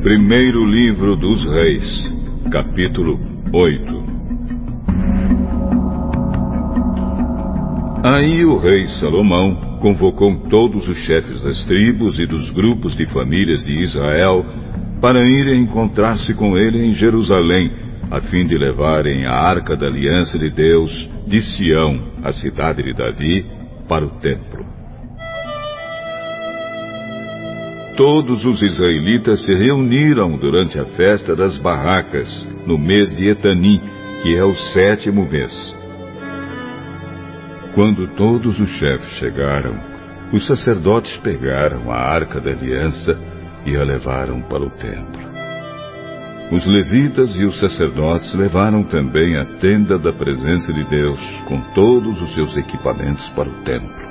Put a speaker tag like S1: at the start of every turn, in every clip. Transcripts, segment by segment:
S1: Primeiro livro dos Reis, capítulo 8. Aí o rei Salomão convocou todos os chefes das tribos e dos grupos de famílias de Israel para irem encontrar-se com ele em Jerusalém, a fim de levarem a Arca da Aliança de Deus de Sião, a cidade de Davi, para o templo. Todos os israelitas se reuniram durante a festa das barracas, no mês de Etanim, que é o 7º mês. Quando todos os chefes chegaram, os sacerdotes pegaram a Arca da Aliança e a levaram para o templo. Os levitas e os sacerdotes levaram também a tenda da presença de Deus, com todos os seus equipamentos para o templo.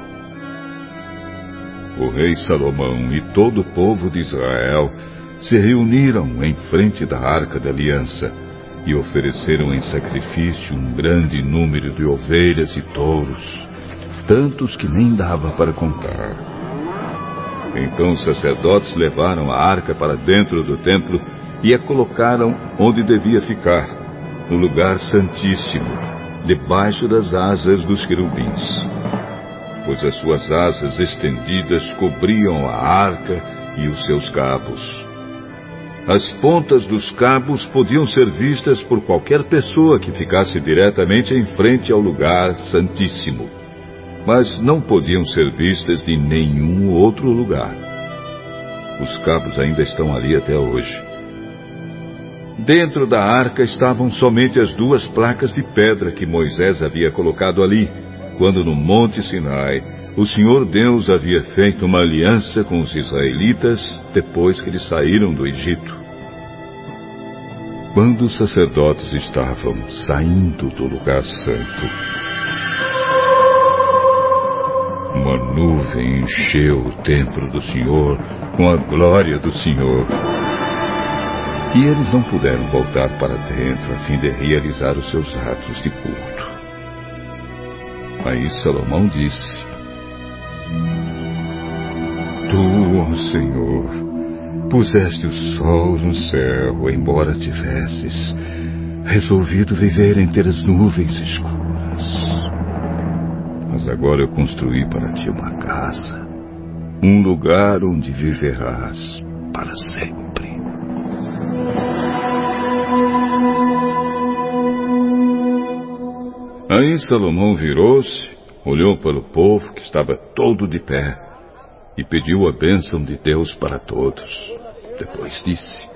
S1: O rei Salomão e todo o povo de Israel se reuniram em frente da Arca da Aliança e ofereceram em sacrifício um grande número de ovelhas e touros, tantos que nem dava para contar. Então os sacerdotes levaram a arca para dentro do templo e a colocaram onde devia ficar, no lugar santíssimo, debaixo das asas dos querubins, pois as suas asas estendidas cobriam a arca e os seus cabos. As pontas dos cabos podiam ser vistas por qualquer pessoa que ficasse diretamente em frente ao lugar santíssimo, mas não podiam ser vistas de nenhum outro lugar. Os cabos ainda estão ali até hoje. Dentro da arca estavam somente as 2 placas de pedra que Moisés havia colocado ali, quando no Monte Sinai o Senhor Deus havia feito uma aliança com os israelitas depois que eles saíram do Egito. Quando os sacerdotes estavam saindo do lugar santo, uma nuvem encheu o templo do Senhor com a glória do Senhor. E eles não puderam voltar para dentro a fim de realizar os seus atos de culto. Aí Salomão disse: Tu, ó Senhor, puseste o sol no céu, embora tivesses resolvido viver entre as nuvens escuras. Mas agora eu construí para ti uma casa, um lugar onde viverás para sempre. Aí Salomão virou-se, olhou para o povo que estava todo de pé e pediu a bênção de Deus para todos. Depois disse: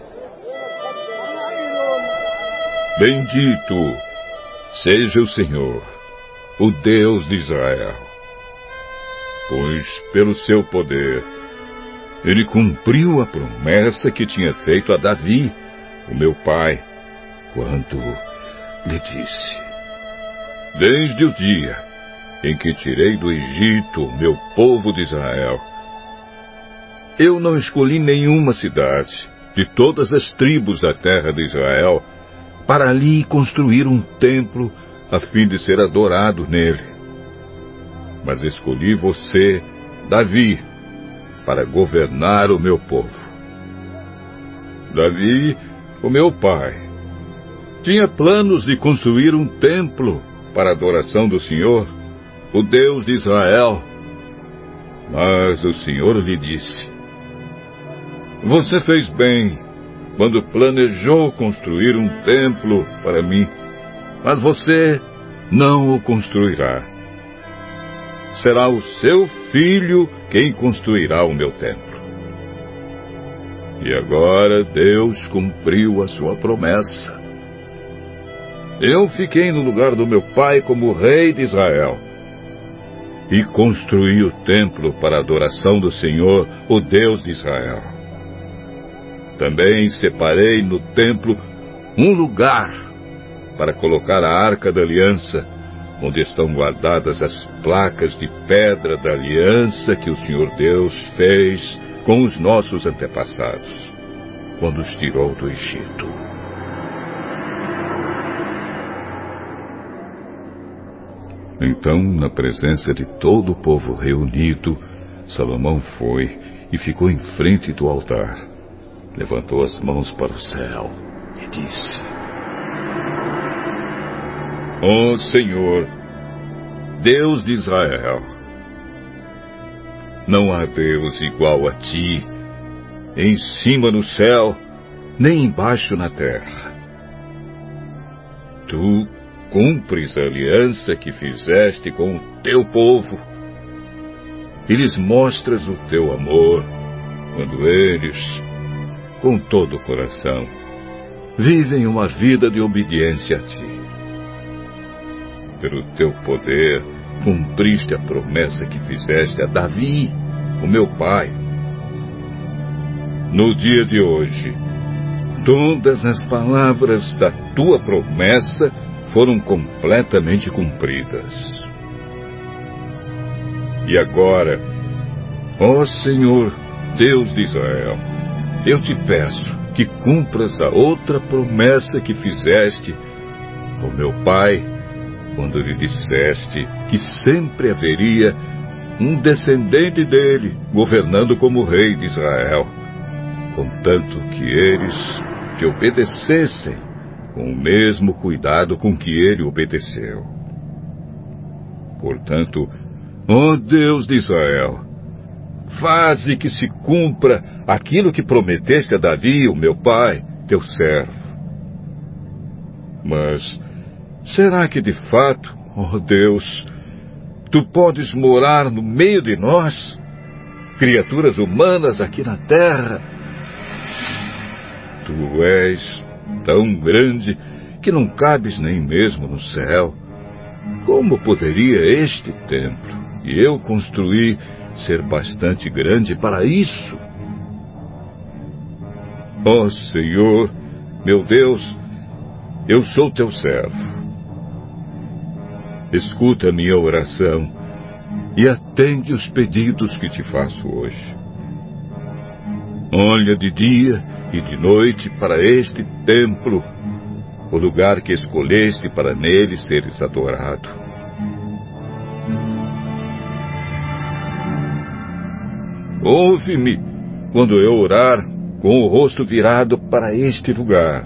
S1: Bendito seja o Senhor, o Deus de Israel, pois pelo seu poder ele cumpriu a promessa que tinha feito a Davi, o meu pai, quando lhe disse: Desde o dia em que tirei do Egito o meu povo de Israel, eu não escolhi nenhuma cidade de todas as tribos da terra de Israel para ali construir um templo a fim de ser adorado nele. Mas escolhi você, Davi, para governar o meu povo. Davi, o meu pai, tinha planos de construir um templo para a adoração do Senhor, o Deus de Israel. Mas o Senhor lhe disse: Você fez bem quando planejou construir um templo para mim, mas você não o construirá. Será o seu filho quem construirá o meu templo. E agora Deus cumpriu a sua promessa. Eu fiquei no lugar do meu pai como rei de Israel e construí o templo para a adoração do Senhor, o Deus de Israel. Também separei no templo um lugar para colocar a Arca da Aliança, onde estão guardadas as placas de pedra da aliança que o Senhor Deus fez com os nossos antepassados, quando os tirou do Egito. Então, na presença de todo o povo reunido, Salomão foi e ficou em frente do altar. levantou as mãos para o céu e disse: Ó Senhor, Deus de Israel, não há Deus igual a ti, em cima no céu, nem embaixo na terra. Tu cumpres a aliança que fizeste com o teu povo e lhes mostras o teu amor quando eles, com todo o coração, vivem uma vida de obediência a ti. Pelo teu poder, cumpriste a promessa que fizeste a Davi, o meu pai. No dia de hoje, todas as palavras da tua promessa foram completamente cumpridas. E agora, ó Senhor, Deus de Israel, eu te peço que cumpras a outra promessa que fizeste ao meu pai, quando lhe disseste que sempre haveria um descendente dele governando como rei de Israel, contanto que eles te obedecessem com o mesmo cuidado com que ele obedeceu. Portanto, ó Deus de Israel, faze que se cumpra aquilo que prometeste a Davi, o meu pai, teu servo. Mas será que de fato, ó Deus, tu podes morar no meio de nós, criaturas humanas aqui na terra? Tu és tão grande que não cabes nem mesmo no céu. Como poderia este templo que eu construí ser bastante grande para isso? Ó Senhor, meu Deus, eu sou teu servo. Escuta a minha oração e atende os pedidos que te faço hoje. Olha de dia e de noite para este templo, o lugar que escolheste para nele seres adorado. Ouve-me quando eu orar com o rosto virado para este lugar.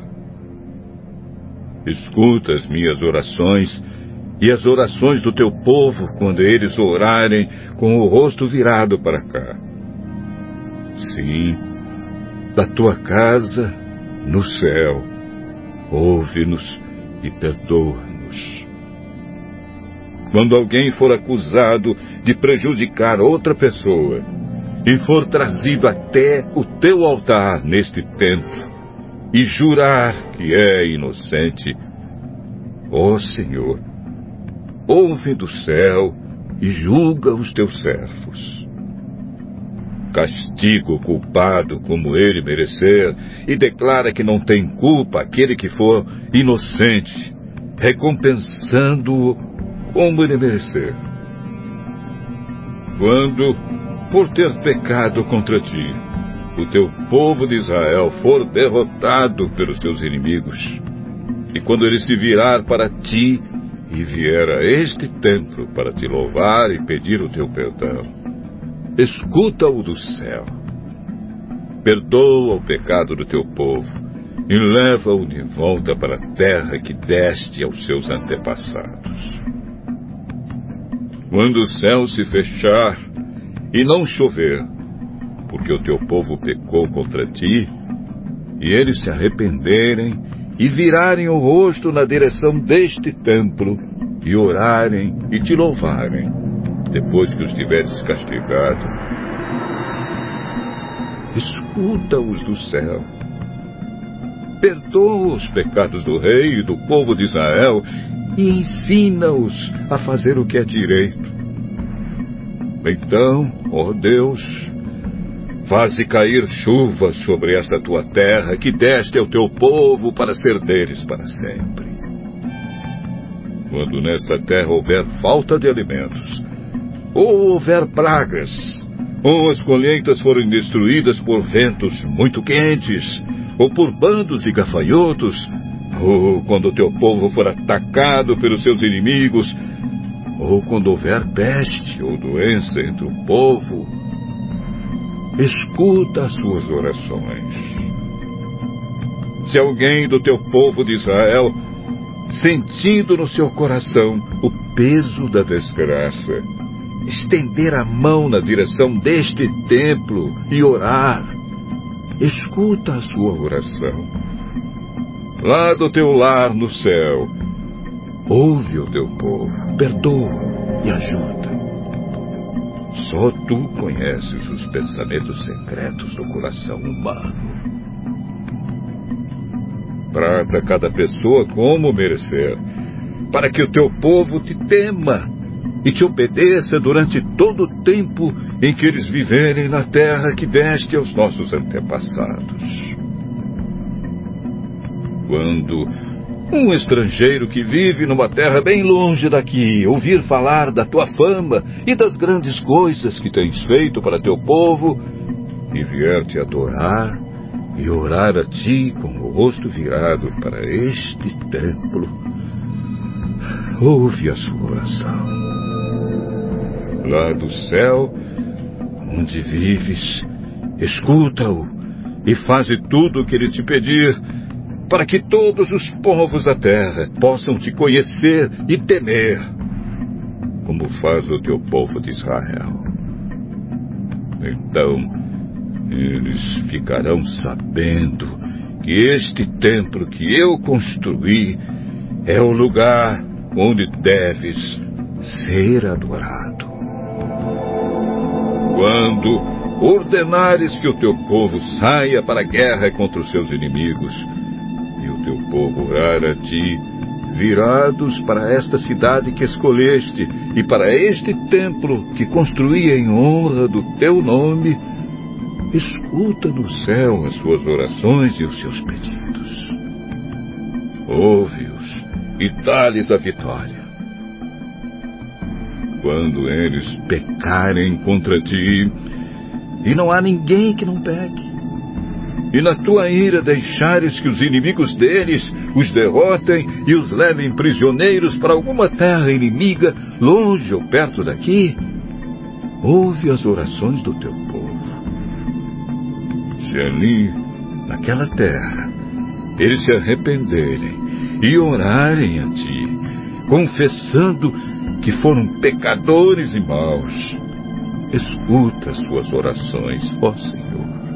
S1: Escuta as minhas orações e as orações do teu povo quando eles orarem com o rosto virado para cá. Sim, da tua casa no céu, ouve-nos e perdoa-nos. Quando alguém for acusado de prejudicar outra pessoa e for trazido até o teu altar neste templo e jurar que é inocente, ó Senhor, ouve do céu e julga os teus servos. Castiga o culpado como ele merecer e declara que não tem culpa aquele que for inocente, recompensando-o como ele merecer. Quando, por ter pecado contra ti, o teu povo de Israel for derrotado pelos seus inimigos, e quando ele se virar para ti e vier a este templo para te louvar e pedir o teu perdão, escuta-o do céu. Perdoa o pecado do teu povo e leva-o de volta para a terra que deste aos seus antepassados. Quando o céu se fechar e não chover, porque o teu povo pecou contra ti, e eles se arrependerem e virarem o rosto na direção deste templo, e orarem e te louvarem, depois que os tiveres castigado, escuta-os do céu. Perdoa os pecados do rei e do povo de Israel e ensina-os a fazer o que é direito. Então, ó Deus, faze cair chuva sobre esta tua terra que deste ao teu povo para ser deles para sempre. Quando nesta terra houver falta de alimentos, ou houver pragas, ou as colheitas forem destruídas por ventos muito quentes, ou por bandos de gafanhotos, ou quando o teu povo for atacado pelos seus inimigos, ou quando houver peste ou doença entre o povo, escuta as suas orações. Se alguém do teu povo de Israel, sentindo no seu coração o peso da desgraça, estender a mão na direção deste templo e orar, escuta a sua oração. Lá do teu lar no céu, ouve o teu povo, perdoa e ajuda. Só tu conheces os pensamentos secretos do coração humano. Trata cada pessoa como merecer, para que o teu povo te tema e te obedeça durante todo o tempo em que eles viverem na terra que deste aos nossos antepassados. Quando um estrangeiro que vive numa terra bem longe daqui ouvir falar da tua fama e das grandes coisas que tens feito para teu povo e vier te adorar e orar a ti com o rosto virado para este templo, ouve a sua oração. Lá do céu, onde vives, escuta-o e faze tudo o que ele te pedir, para que todos os povos da terra possam te conhecer e temer, como faz o teu povo de Israel. Então, eles ficarão sabendo que este templo que eu construí é o lugar onde deves ser adorado. Quando ordenares que o teu povo saia para a guerra contra os seus inimigos, e o teu povo orar a ti, virados para esta cidade que escolheste e para este templo que construí em honra do teu nome, escuta no céu as suas orações e os seus pedidos. Ouve-os e dá-lhes a vitória. Quando eles pecarem contra ti, e não há ninguém que não peque, e na tua ira deixares que os inimigos deles os derrotem e os levem prisioneiros para alguma terra inimiga, longe ou perto daqui, ouve as orações do teu povo. Se ali, naquela terra, eles se arrependerem e orarem a ti, confessando que foram pecadores e maus, escuta as suas orações, ó Senhor.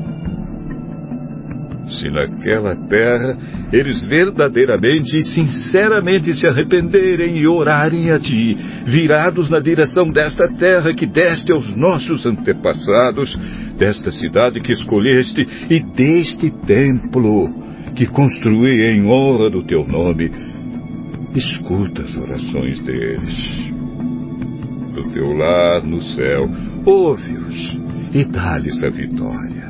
S1: Se naquela terra eles verdadeiramente e sinceramente se arrependerem e orarem a ti, virados na direção desta terra que deste aos nossos antepassados, desta cidade que escolheste e deste templo que construí em honra do teu nome, escuta as orações deles. Do teu lar no céu, ouve-os e dá-lhes a vitória.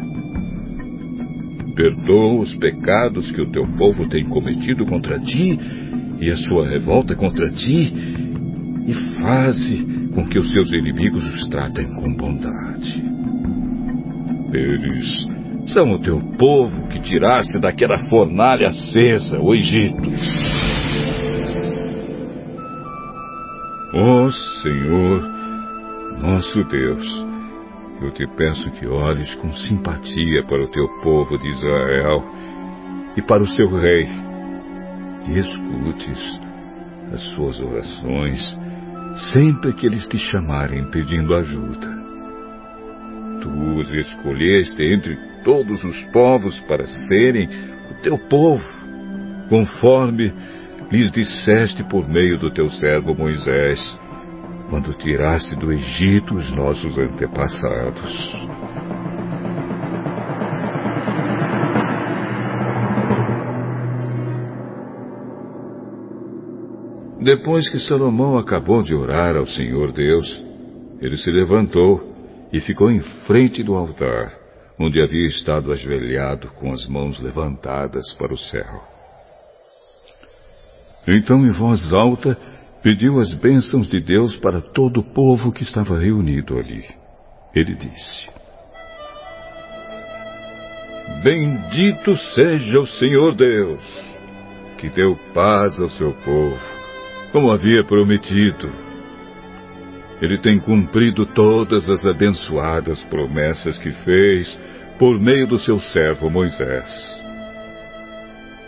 S1: Perdoa os pecados que o teu povo tem cometido contra ti e a sua revolta contra ti, e faze com que os seus inimigos os tratem com bondade. Eles são o teu povo que tiraste daquela fornalha acesa, o Egito. Ó Senhor, nosso Deus, eu te peço que olhes com simpatia para o teu povo de Israel e para o seu rei, e escutes as suas orações sempre que eles te chamarem pedindo ajuda. Tu os escolheste entre todos os povos para serem o teu povo, conforme lhes disseste por meio do teu servo Moisés, quando tiraste do Egito os nossos antepassados. Depois que Salomão acabou de orar ao Senhor Deus, ele se levantou e ficou em frente do altar, onde havia estado ajoelhado com as mãos levantadas para o céu. Então, em voz alta, pediu as bênçãos de Deus para todo o povo que estava reunido ali. Ele disse: Bendito seja o Senhor Deus, que deu paz ao seu povo, como havia prometido. Ele tem cumprido todas as abençoadas promessas que fez por meio do seu servo Moisés.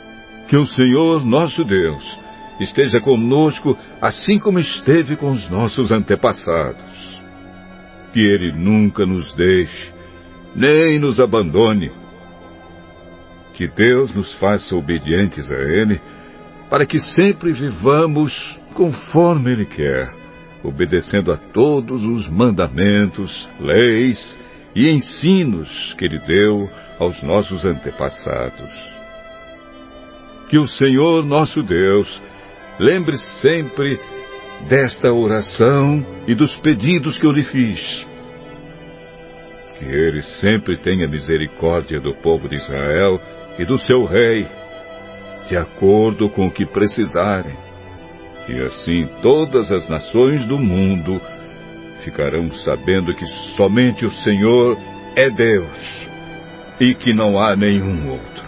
S1: Que o Senhor, nosso Deus, esteja conosco assim como esteve com os nossos antepassados. Que Ele nunca nos deixe, nem nos abandone. Que Deus nos faça obedientes a Ele, para que sempre vivamos conforme Ele quer, obedecendo a todos os mandamentos, leis e ensinos que Ele deu aos nossos antepassados. Que o Senhor, nosso Deus, lembre sempre desta oração e dos pedidos que eu lhe fiz. Que Ele sempre tenha misericórdia do povo de Israel e do seu rei, de acordo com o que precisarem. E assim todas as nações do mundo ficarão sabendo que somente o Senhor é Deus e que não há nenhum outro.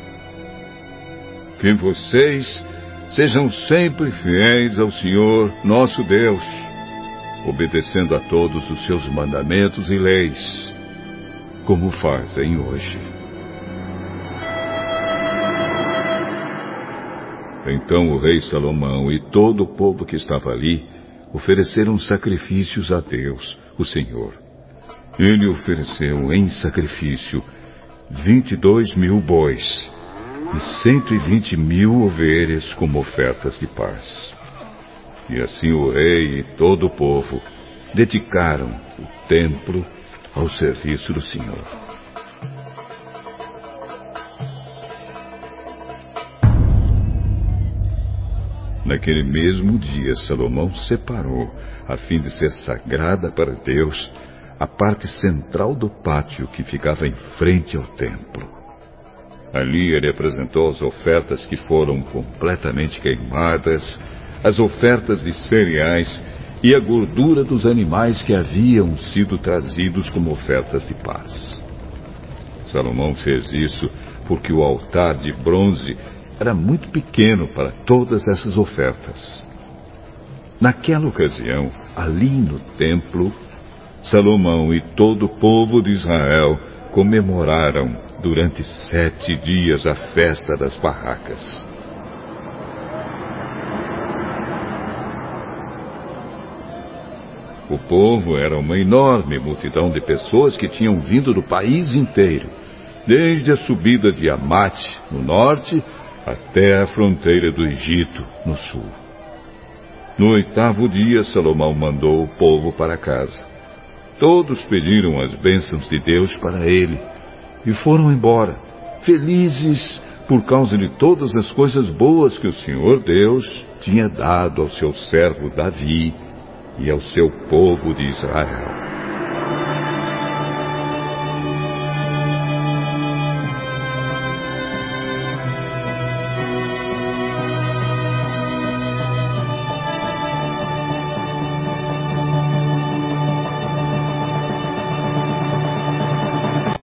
S1: Que vocês sejam sempre fiéis ao Senhor, nosso Deus, obedecendo a todos os seus mandamentos e leis, como fazem hoje. Então o rei Salomão e todo o povo que estava ali ofereceram sacrifícios a Deus, o Senhor. Ele ofereceu em sacrifício 22.000 bois e 120.000 ovelhas como ofertas de paz. E assim o rei e todo o povo dedicaram o templo ao serviço do Senhor. Naquele mesmo dia, Salomão separou, a fim de ser sagrada para Deus, a parte central do pátio que ficava em frente ao templo. Ali ele apresentou as ofertas que foram completamente queimadas, as ofertas de cereais e a gordura dos animais que haviam sido trazidos como ofertas de paz. Salomão fez isso porque o altar de bronze era muito pequeno para todas essas ofertas. Naquela ocasião, ali no templo, Salomão e todo o povo de Israel comemoraram durante 7 dias a festa das barracas. O povo era uma enorme multidão de pessoas que tinham vindo do país inteiro, desde a subida de Amate, no norte, até a fronteira do Egito, no sul. No 8º dia, Salomão mandou o povo para casa. Todos pediram as bênçãos de Deus para ele e foram embora, felizes por causa de todas as coisas boas que o Senhor Deus tinha dado ao seu servo Davi e ao seu povo de Israel.